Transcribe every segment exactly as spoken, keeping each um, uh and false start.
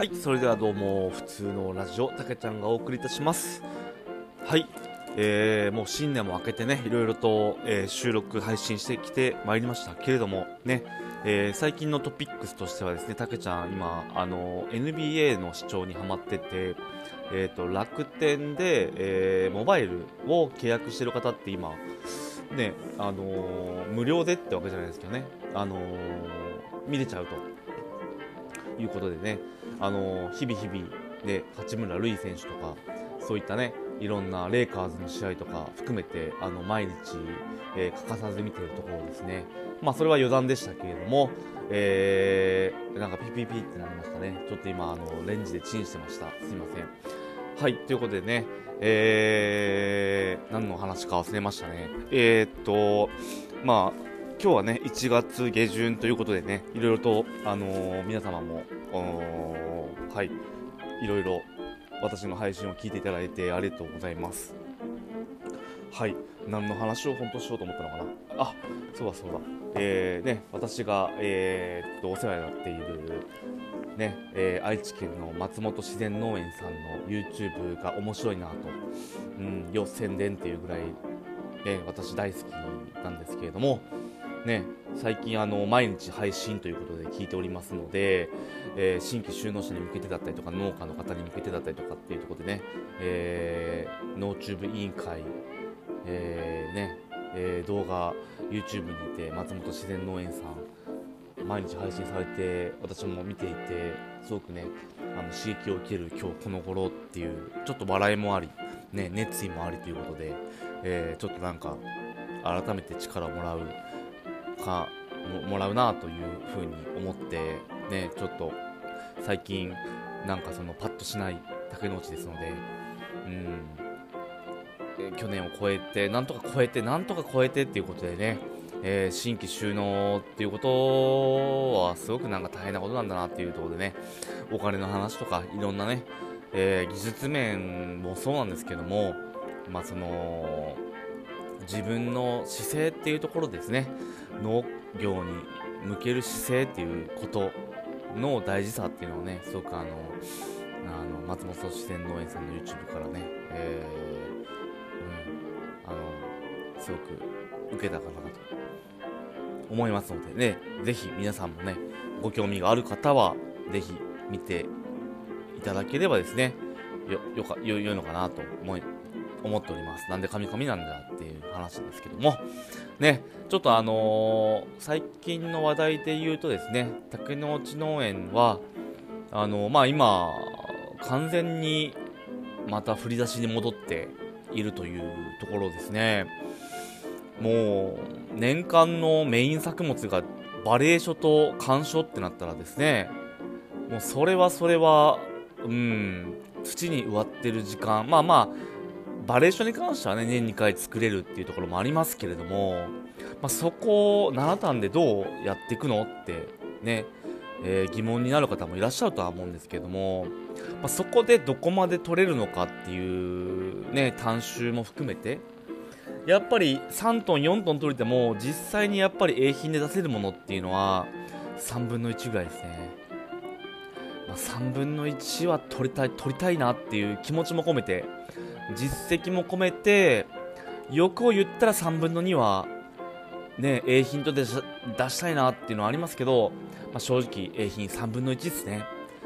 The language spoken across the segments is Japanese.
はい、それではどうも、普通のラジオ、たけちゃんがお送りいたします。はい、えー、もう新年も明けてね、いろいろと、えー、収録、配信してきてまいりましたけれども、ね、えー、最近のトピックスとしてはですね、たけちゃん、今、あの、エヌビーエー の視聴にハマってて、えーと、楽天で、えー、モバイルを契約してる方って今、ね、あのー無料でってわけじゃないですけどね、あのー見れちゃうということでね、あのー日々日々で八村塁選手とかそういったね、いろんなレイカーズの試合とか含めてあの毎日、えー欠かさず見ているところですね。まあそれは余談でしたけれども、えー、なんかピピピってなりましたね。ちょっと今あのレンジでチンしてました。すいません。はい、ということでね、えー、何の話か忘れましたね。えー、っと、まあ、今日はね、いちがつ下旬ということでね、いろいろと、あのー皆様も、おーはい、いろいろ私の配信を聞いていただいてありがとうございます。はい、何の話を本当しようと思ったのかな。あ、そうだそうだ。えー、ね、私が、えー、っと、お世話になっている、ね、えー愛知県の松本自然農園さんの YouTube が面白いなと、うん、よ宣伝っていうぐらい、ね、私大好きなんですけれども、ね、最近あの毎日配信ということで聞いておりますので、えー新規就農者に向けてだったりとか農家の方に向けてだったりとかっていうところでね、えー、農チューブ委員会、えーねえー動画 YouTube にて松本自然農園さん毎日配信されて私も見ていてすごくねあの刺激を受ける今日この頃っていうちょっと笑いもあり、ね、熱意もありということで、えーちょっとなんか改めて力をもらうかももらうなというふうに思ってね、ちょっと最近なんかそのパッとしない竹之内ですので、うんえー去年を超えてなんとか超えてなんとか超えてっていうことでね、えー新規収納っていうことはすごくなんか大変なことなんだなっていうところでね、お金の話とかいろんなね、えー技術面もそうなんですけども、まあその自分の姿勢っていうところですね、農業に向ける姿勢っていうことの大事さっていうのをね、すごくあのあの松本自然農園さんの YouTube からね、えーうん、あのすごく受けたかなと思いますのでね、ぜひ皆さんもね、ご興味がある方はぜひ見ていただければですね、よよかよよいのかなと思い思っております。なんで神々なんだっていう話なんですけどもね、ちょっとあのー最近の話題で言うとですね、竹之内農園はあのーまあ今完全にまた振り出しに戻っているというところですね。もう年間のメイン作物がバレー書と鑑賞ってなったらですね、もうそれはそれはうん土に植わってる時間、まあまあバレー書に関してはね年にかい作れるっていうところもありますけれども、まあ、そこをなな単でどうやっていくのってね、えー疑問になる方もいらっしゃるとは思うんですけれども、まあ、そこでどこまで取れるのかっていうね単収も含めてやっぱりさんトンよんトン取れても実際にやっぱり A 品で出せるものっていうのはさんぶんのいちぐらいですね。まあ、さんぶんのいちは取りたい取りたいなっていう気持ちも込めて、実績も込めて欲を言ったらさんぶんのにはね A 品とで出し出したいなっていうのはありますけど、まあ、正直 A 品さんぶんのいちですね。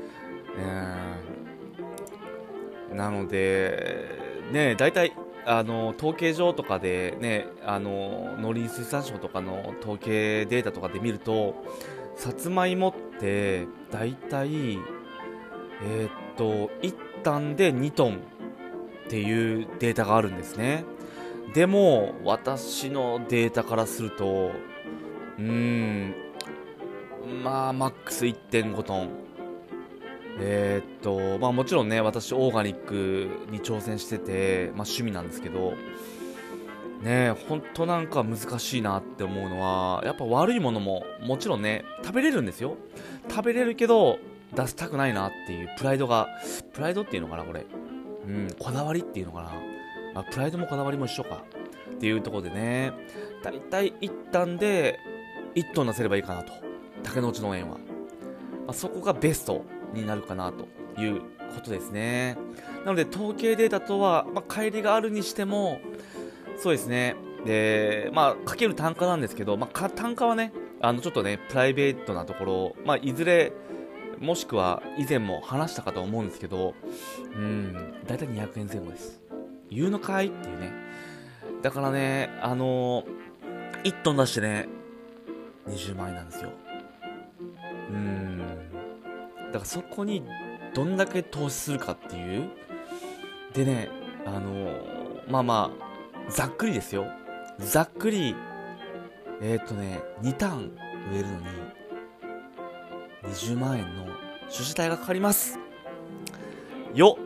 うーんなのでねだいたいあの統計上とかでね、あの農林水産省とかの統計データとかで見るとさつまいもってだいたいえーっといち単でにトンっていうデータがあるんですね。でも私のデータからするとうーんまあマックスいってんごトン、えーっとまあもちろんね私オーガニックに挑戦してて、まあ、趣味なんですけどね、ほんとなんか難しいなって思うのはやっぱ悪いものももちろんね食べれるんですよ。食べれるけど出したくないなっていうプライドが、プライドっていうのかなこれ、うん、こだわりっていうのかな、まあ、プライドもこだわりも一緒かっていうところでね、だいたい一旦でいちトン出せればいいかなと竹之内農園は、まあ、そこがベストになるかなということですね。なので統計データとは、まあ、乖離があるにしても、そうですね。で、まあ、かける単価なんですけど、まあ、か単価はね、あの、ちょっとね、プライベートなところ、まあ、いずれ、もしくは以前も話したかと思うんですけど、うん、だいたいにひゃくえん前後です。言うのかいっていうね。だからね、あのー、いちトン出してね、にじゅうまんえんなんですよ。うーん。だからそこにどんだけ投資するかっていう。でね、あのー、まあまあ、ざっくりですよ。ざっくり、えー、っとね、にターン植えるのに、にじゅうまんえんの出資代がかかります。よ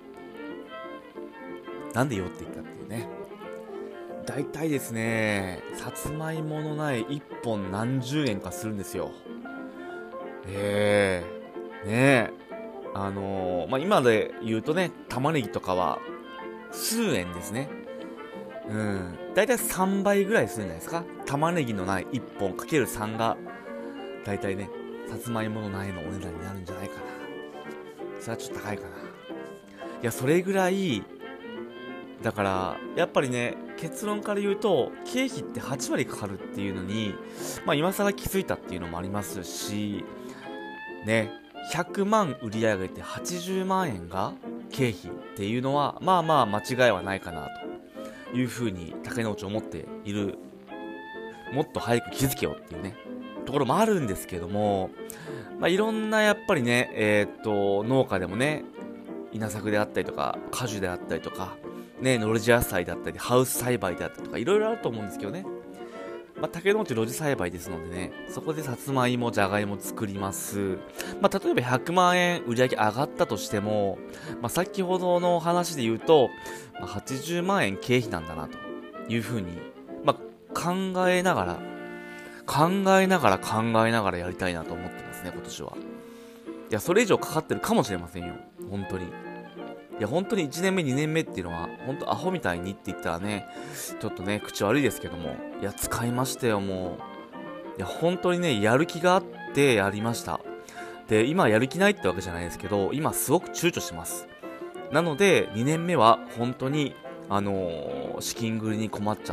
なんでよって言ったっていうね。大体ですね、さつまいもの苗いっぽん何十円かするんですよ。ええー、ねえ。あのー、まあ、今で言うとね、玉ねぎとかは数円ですね。うん。だいたいさんばいぐらいするんじゃないですか。玉ねぎの苗いっぽんかけるさんが、だいたいね、さつまいもの苗のお値段になるんじゃないかな。それはちょっと高いかな。いや、それぐらい、だから、やっぱりね、結論から言うと、経費ってはちわりかかるっていうのに、まあ今更気づいたっていうのもありますし、ね、ひゃくまん売り上げてはちじゅうまんえんが経費っていうのは、まあまあ間違いはないかなというふうに竹之内思っている。もっと早く気づけよっていうね、ところもあるんですけども、まあいろんなやっぱりね、えー、っと、農家でもね、稲作であったりとか、果樹であったりとか、ね、ノルジ野菜だったり、ハウス栽培であったりとか、いろいろあると思うんですけどね。まあ、竹の内露地栽培ですのでね、そこでさつまいも、じゃがいも作ります。まあ、例えばひゃくまんえん売り上げ上がったとしても、まあ、先ほどの話で言うと、まあ、はちじゅうまんえん経費なんだな、というふうに、まあ、考えながら、考えながら考えながらやりたいなと思ってますね、今年は。いや、それ以上かかってるかもしれませんよ。本当に。いや、本当にいちねんめ、にねんめっていうのは、本当アホみたいにって言ったらね、ちょっとね、口悪いですけども、いや、使いましたよ、もう。いや、本当にね、やる気があってやりました。で、今やる気ないってわけじゃないですけど、今すごく躊躇してます。なので、にねんめは本当に、あのー、資金繰りに困っちゃって、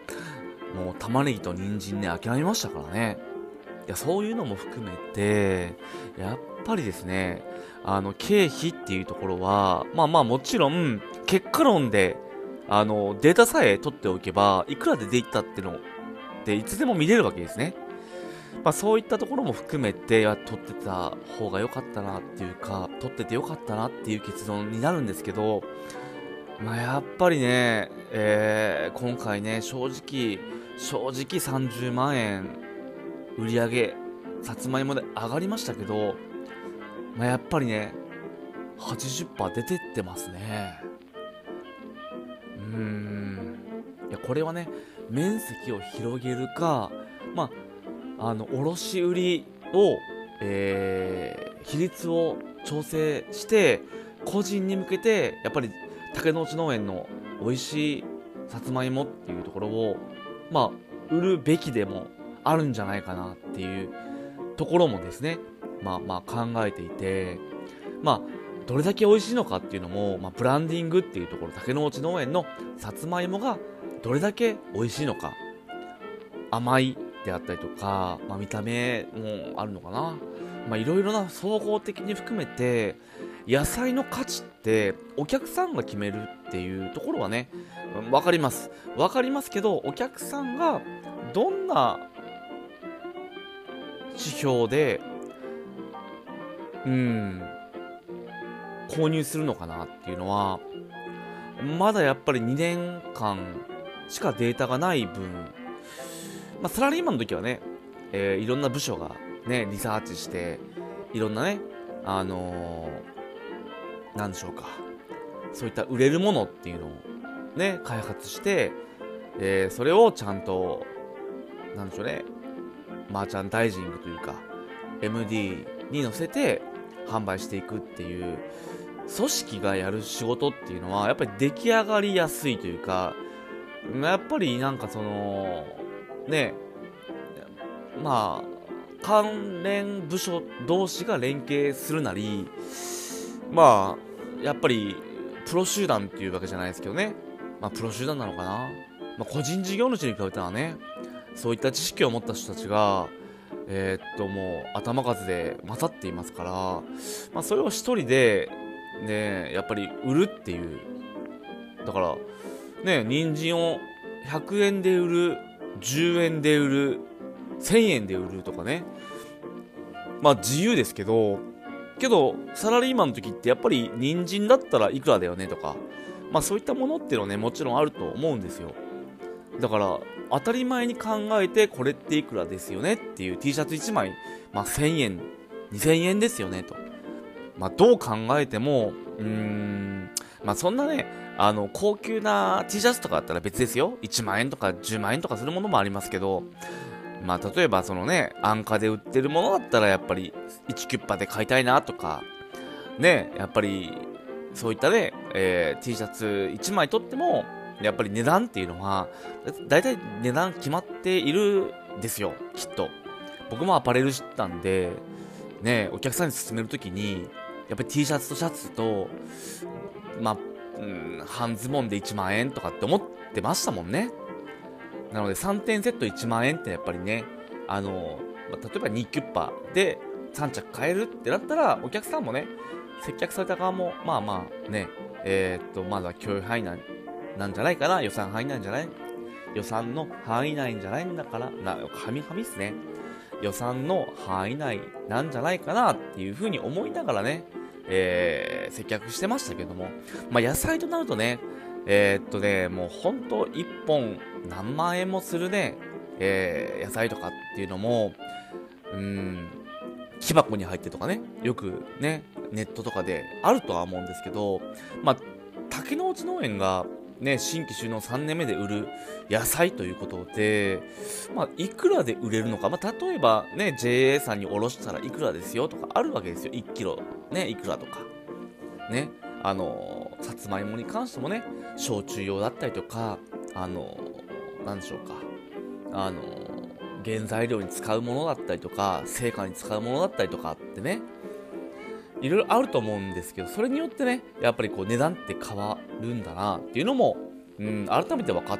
もう玉ねぎと人参ね、諦めましたからね。いや、そういうのも含めて、やっぱりですね、あの、経費っていうところは、まあまあもちろん、結果論で、あの、データさえ取っておけば、いくらでできたっていうので、いつでも見れるわけですね。まあそういったところも含めて、や、取ってた方が良かったなっていうか、取ってて良かったなっていう結論になるんですけど、まあやっぱりね、えー、今回ね、正直、正直さんじゅうまんえん売り上げ、さつまいもで上がりましたけど、まあ、やっぱりね、はちじゅっパーセント 出てってますね。うーん。いや、これはね、面積を広げるか、まあ、あの、卸売りを、えー、比率を調整して、個人に向けて、やっぱり、竹之内農園の美味しいさつまいもっていうところを、まあ、売るべきでもあるんじゃないかなっていうところもですね、まあまあ考えていて、まあ、どれだけ美味しいのかっていうのも、まあ、ブランディングっていうところ、竹之内農園のさつまいもがどれだけ美味しいのか、甘いであったりとか、まあ、見た目もあるのかな。まあ、いろいろな総合的に含めて、野菜の価値ってお客さんが決めるっていうところはね、わかります。わかりますけど、お客さんがどんな指標で、うん、購入するのかなっていうのは、まだやっぱりにねんかんしかデータがない分、まあ、サラリーマンの時はね、えー、いろんな部署がね、リサーチして、いろんなね、あのー、なんでしょうか、そういった売れるものっていうのをね、開発して、えー、それをちゃんと、なんでしょうね、マーチャンダイジングというか、エムディー に乗せて販売していくっていう組織がやる仕事っていうのはやっぱり出来上がりやすいというか、やっぱりなんかそのね、まあ関連部署同士が連携するなり、まあやっぱりプロ集団っていうわけじゃないですけどね、まあプロ集団なのかな、まあ、個人事業主に比べたらね、そういった知識を持った人たちがえー、っともう頭数で勝っていますから、まあ、それを一人でねやっぱり売るっていう、だからね人参をひゃくえんで売る、じゅうえんで売る、せんえんで売るとかね、まあ自由ですけど、けどサラリーマンの時ってやっぱり人参だったらいくらだよねとか、まあそういったものっていうのはねもちろんあると思うんですよ。だから当たり前に考えて、これっていくらですよねっていう T シャツいちまい、まあせんえんにせんえんですよねと、まあどう考えてもうーんまあそんなねあの高級な T シャツとかだったら別ですよ、いちまんえんとかじゅうまんえんとかするものもありますけど、まあ例えばそのね安価で売ってるものだったらやっぱりいちキュッパで買いたいなとかね、やっぱりそういったね、えー、T シャツいちまい取ってもやっぱり値段っていうのはだいたい値段決まっているんですよ、きっと。僕もアパレル知ったんでね、お客さんに勧めるときにやっぱり T シャツとシャツとまあ、うん、半ズボンでいちまんえんとかって思ってましたもんね。なのでさんてんセットいちまんえんってやっぱりね、あの、まあ、例えばにキュッパでさん着買えるってなったら、お客さんもね、接客された側もまあまあね、えー、っとまだ許容範囲なんなんじゃないかな、予算範囲なんじゃない、予算の範囲内じゃないんだからな、はみはみっすね、予算の範囲内なんじゃないかなっていう風に思いながらね、えー、接客してましたけども、まあ野菜となるとね、えー、っとねもうほんといっぽん何万円もするね、えー、野菜とかっていうのもうーん木箱に入ってとかね、よくねネットとかであるとは思うんですけど、まあ竹之内農園がね新規就農さんねんめで売る野菜ということで、まあいくらで売れるのか、まあ例えばね ジェーエー さんにおろしたらいくらですよとかあるわけですよ。いっキロねいくらとかね、あのさつまいもに関してもね焼酎用だったりとか、あのなんでしょうか、あの原材料に使うものだったりとか成果に使うものだったりとかってね、いろいろあると思うんですけど、それによってねやっぱりこう値段って変わるんだなっていうのも、うん、改めて分かって、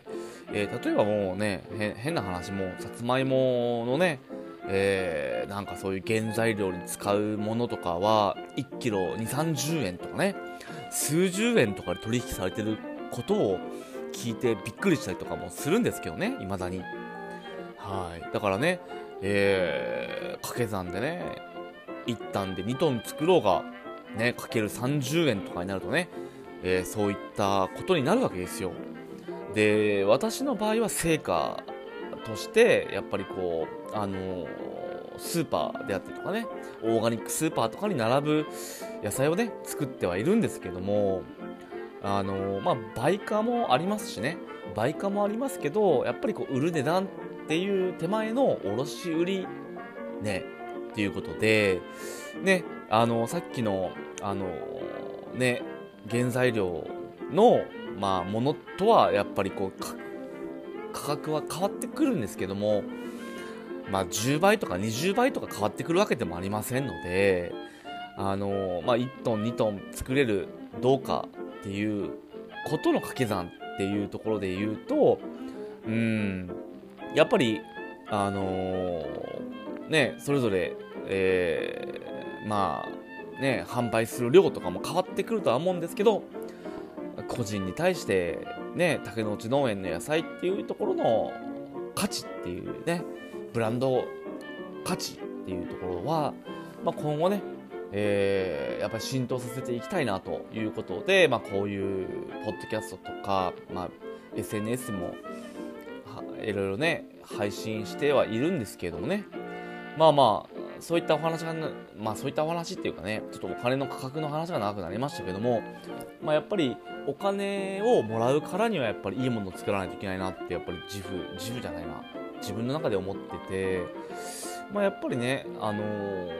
えー、例えばもうね変な話、もさつまいものね、えー、なんかそういう原材料に使うものとかはいちキロにじゅう、さんじゅうえんとかね、数十円とかで取引されてることを聞いてびっくりしたりとかもするんですけどね、未だに。はい、だからね、えー、掛け算でねいったんでにトン作ろうがねかけるさんじゅうえんとかになるとね、えー、そういったことになるわけですよ。で私の場合は成果としてやっぱりこうあのー、スーパーであったりとかね、オーガニックスーパーとかに並ぶ野菜をね作ってはいるんですけども、あのー、まあ売価もありますしね、売価もありますけど、やっぱりこう売る値段っていう手前の卸売りねっていうことでね、あのさっきのあのね原材料のまあものとはやっぱりこう価格は変わってくるんですけども、まあじゅうばいとかにじゅうばいとか変わってくるわけでもありませんので、あのまあいちトンにトン作れるどうかっていうことの掛け算っていうところで言うと、うーんやっぱりあのー、ねそれぞれ、えー、まあね販売する量とかも変わってくるとは思うんですけど、個人に対してね竹之内農園の野菜っていうところの価値っていうね、ブランド価値っていうところは、まあ、今後ね、えー、やっぱり浸透させていきたいなということで、まあ、こういうポッドキャストとか、まあ、エスエヌエス もいろいろね配信してはいるんですけれどもね、まあまあそういったお話が、まあそういったお話っていうかね、ちょっとお金の価格の話が長くなりましたけども、まあやっぱりお金をもらうからにはやっぱりいいものを作らないといけないなってやっぱり自負自負じゃないな自分の中で思ってて、まあやっぱりねあのー、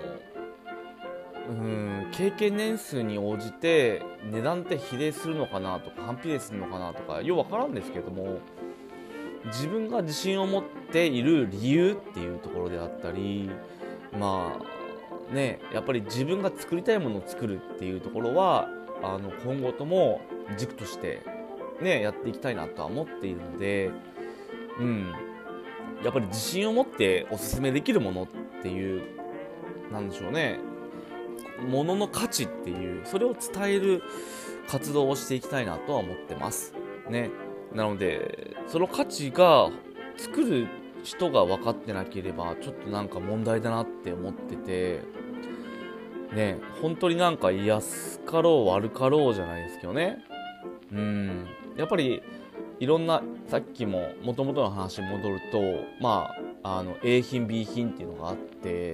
うん経験年数に応じて値段って比例するのかなとか反比例するのかなとかようわからんですけども、 自分が自信を持っている理由っていうところであったり、まあね、やっぱり自分が作りたいものを作るっていうところはあの今後とも軸としてねやっていきたいなとは思っているので、うん、やっぱり自信を持っておすすめできるものっていうなんでしょうね、ものの価値っていうそれを伝える活動をしていきたいなとは思ってますね。なのでその価値が作る人が分かってなければちょっとなんか問題だなって思っててね、本当になんか安かろう悪かろうじゃないですけどね、うん、やっぱりいろんなさっきも元々の話に戻ると、まああの A 品 B 品っていうのがあって、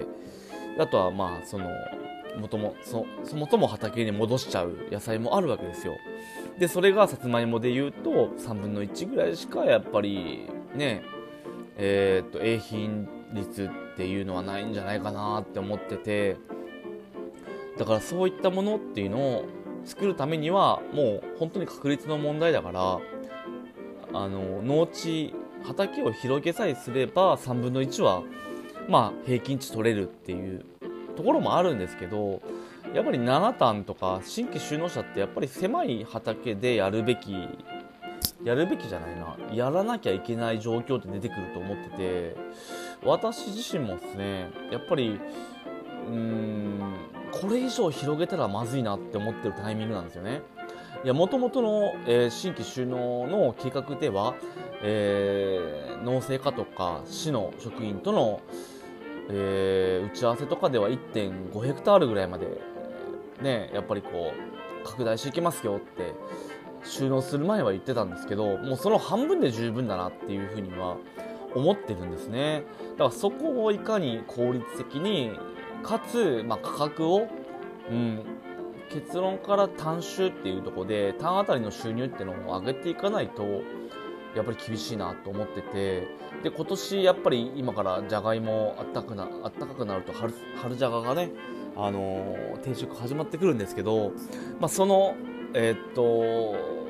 あとはまあそのもとも そ, そもそも畑に戻しちゃう野菜もあるわけですよ。でそれがさつまいもで言うとさんぶんのいちぐらいしかやっぱりねえー、っと A 品率っていうのはないんじゃないかなって思ってて、だからそういったものっていうのを作るためにはもう本当に確率の問題だから、あの農地畑を広げさえすればさんぶんのいちはまあ平均値取れるっていうところもあるんですけど、やっぱりなな単とか新規就農者ってやっぱり狭い畑でやるべきやるべきじゃないなやらなきゃいけない状況って出てくると思ってて、私自身もですねやっぱりうーんこれ以上広げたらまずいなって思ってるタイミングなんですよね。いや元々の、えー、新規就農の計画では、えー、農政課とか市の職員との、えー、打ち合わせとかでは いってんご ヘクタールぐらいまでねやっぱりこう拡大していきますよって就農する前は言ってたんですけど、もうその半分で十分だなっていうふうには思ってるんですね。だからそこをいかに効率的にかつ、まあ、価格を、うん、結論から単収っていうところで単あたりの収入っていうのを上げていかないとやっぱり厳しいなと思ってて、で今年やっぱり今からじゃがいもあったかなあったかくなると春春じゃががね、あのー、定食始まってくるんですけど、まあ、そのえー、っと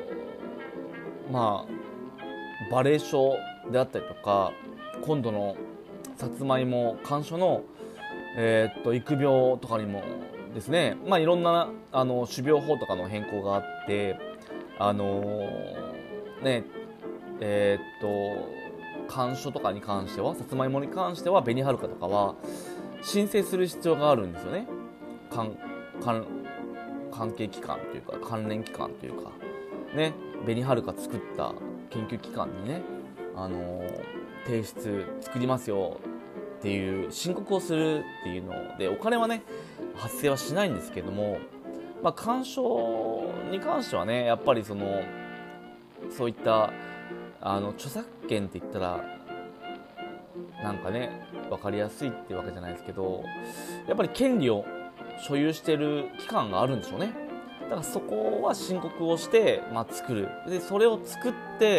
まあバレー症であったりとか今度のさつまいも甘蔗のえー、っと育苗とかにもですね、まあいろんなあの種苗法とかの変更があって、あのー、ねえー、っと甘蔗とかに関してはさつまいもに関しては紅はるかとかは申請する必要があるんですよね。関関関係機関というか関連機関というかね、紅はるか作った研究機関にね、あのー、提出作りますよっていう申告をするっていうのでお金はね発生はしないんですけども、まあ、鑑賞に関してはねやっぱりそのそういったあの著作権って言ったらなんかね分かりやすいってわけじゃないですけど、やっぱり権利を所有している機関があるんでしょうね。だからそこは申告をして、まあ、作る。でそれを作って、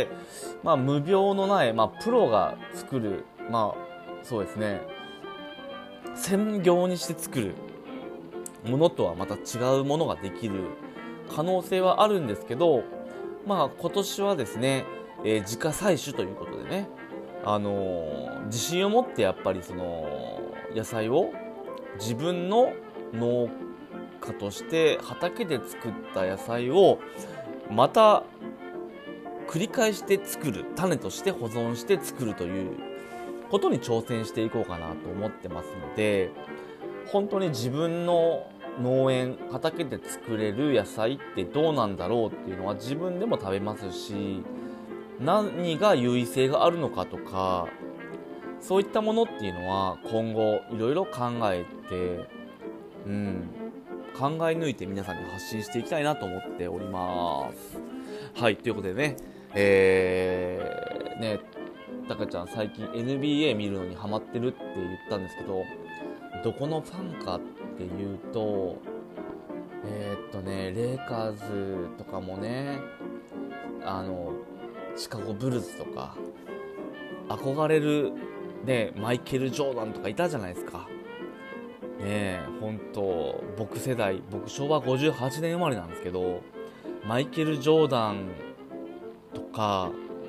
まあ、無病のない、まあ、プロが作る、まあそうですね、専業にして作るものとはまた違うものができる可能性はあるんですけど、まあ今年はですね、えー、自家採取ということでね、あのー、自信を持ってやっぱりその野菜を自分の農家として畑で作った野菜をまた繰り返して作る、種として保存して作るということに挑戦していこうかなと思ってますので、本当に自分の農園畑で作れる野菜ってどうなんだろうっていうのは自分でも食べますし、何が優位性があるのかとかそういったものっていうのは今後いろいろ考えて、うん、考え抜いて皆さんに発信していきたいなと思っております。はい、ということでね、えー、ねたかちゃん最近 エヌビーエー 見るのにハマってるって言ったんですけど、どこのファンかっていうとえー、っとねレイカーズとかもね、あのシカゴブルーズとか憧れるねマイケル・ジョーダンとかいたじゃないですか。ねえ本当僕世代、僕しょうわごじゅうはちねん生まれなんですけど、マイケル・ジョーダンとか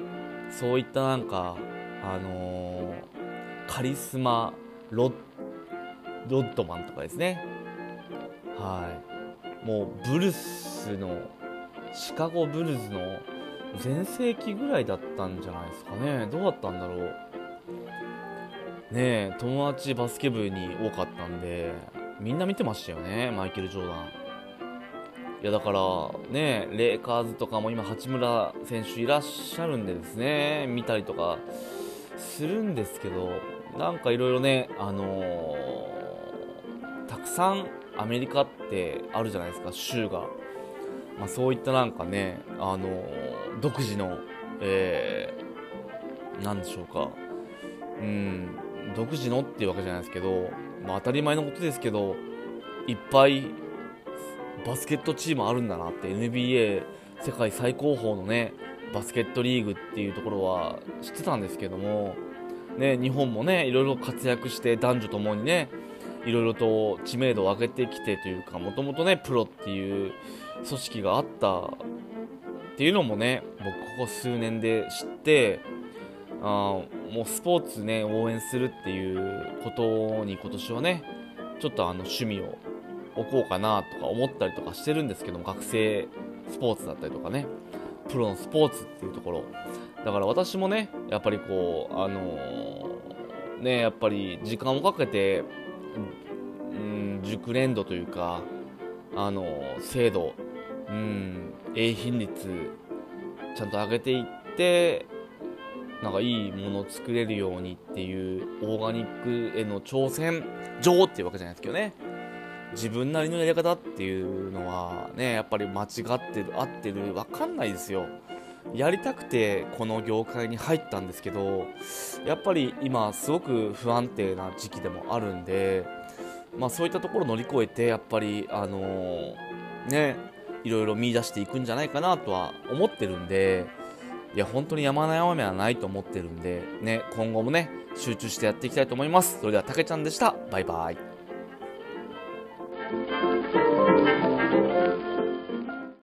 そういったなんかあのーカリスマロッロッドマンとかですね。はい、もうブルスのシカゴブルズの全盛期ぐらいだったんじゃないですかね。どうだったんだろうね。え、友達バスケ部に多かったんでみんな見てましたよね、マイケル・ジョーダン。いやだからね、レイカーズとかも今八村選手いらっしゃるんでですね、見たりとかするんですけど、なんかいろいろね、あのーたくさんアメリカってあるじゃないですか、州が。まあ、そういったなんかね、あのー独自の、えー、なんでしょうか、うん、独自のっていうわけじゃないですけど、まあ、当たり前のことですけど、いっぱいバスケットチームあるんだなって。 エヌビーエー 世界最高峰のねバスケットリーグっていうところは知ってたんですけどもね、日本もねいろいろ活躍して男女ともにねいろいろと知名度を上げてきてというか、もともとねプロっていう組織があったっていうのもね、僕ここ数年で知って、あもうスポーツね応援するっていうことに今年はねちょっとあの趣味を置こうかなとか思ったりとかしてるんですけども、学生スポーツだったりとかね、プロのスポーツっていうところだから、私もねやっぱりこうあのーねやっぱり時間をかけて、うん、熟練度というか、あのー精度、うん、永品率ちゃんと上げていって、なんかいいものを作れるようにっていうオーガニックへの挑戦状っていうわけじゃないですけどね、自分なりのやり方っていうのはねやっぱり間違ってる合ってる分かんないですよ。やりたくてこの業界に入ったんですけど、やっぱり今すごく不安定な時期でもあるんで、まあそういったところを乗り越えてやっぱりあのーねいろいろ見出していくんじゃないかなとは思ってるんで、いや本当に山の山目はないと思ってるんでね、今後もね集中してやっていきたいと思います。それではたけちゃんでした。バイバイ。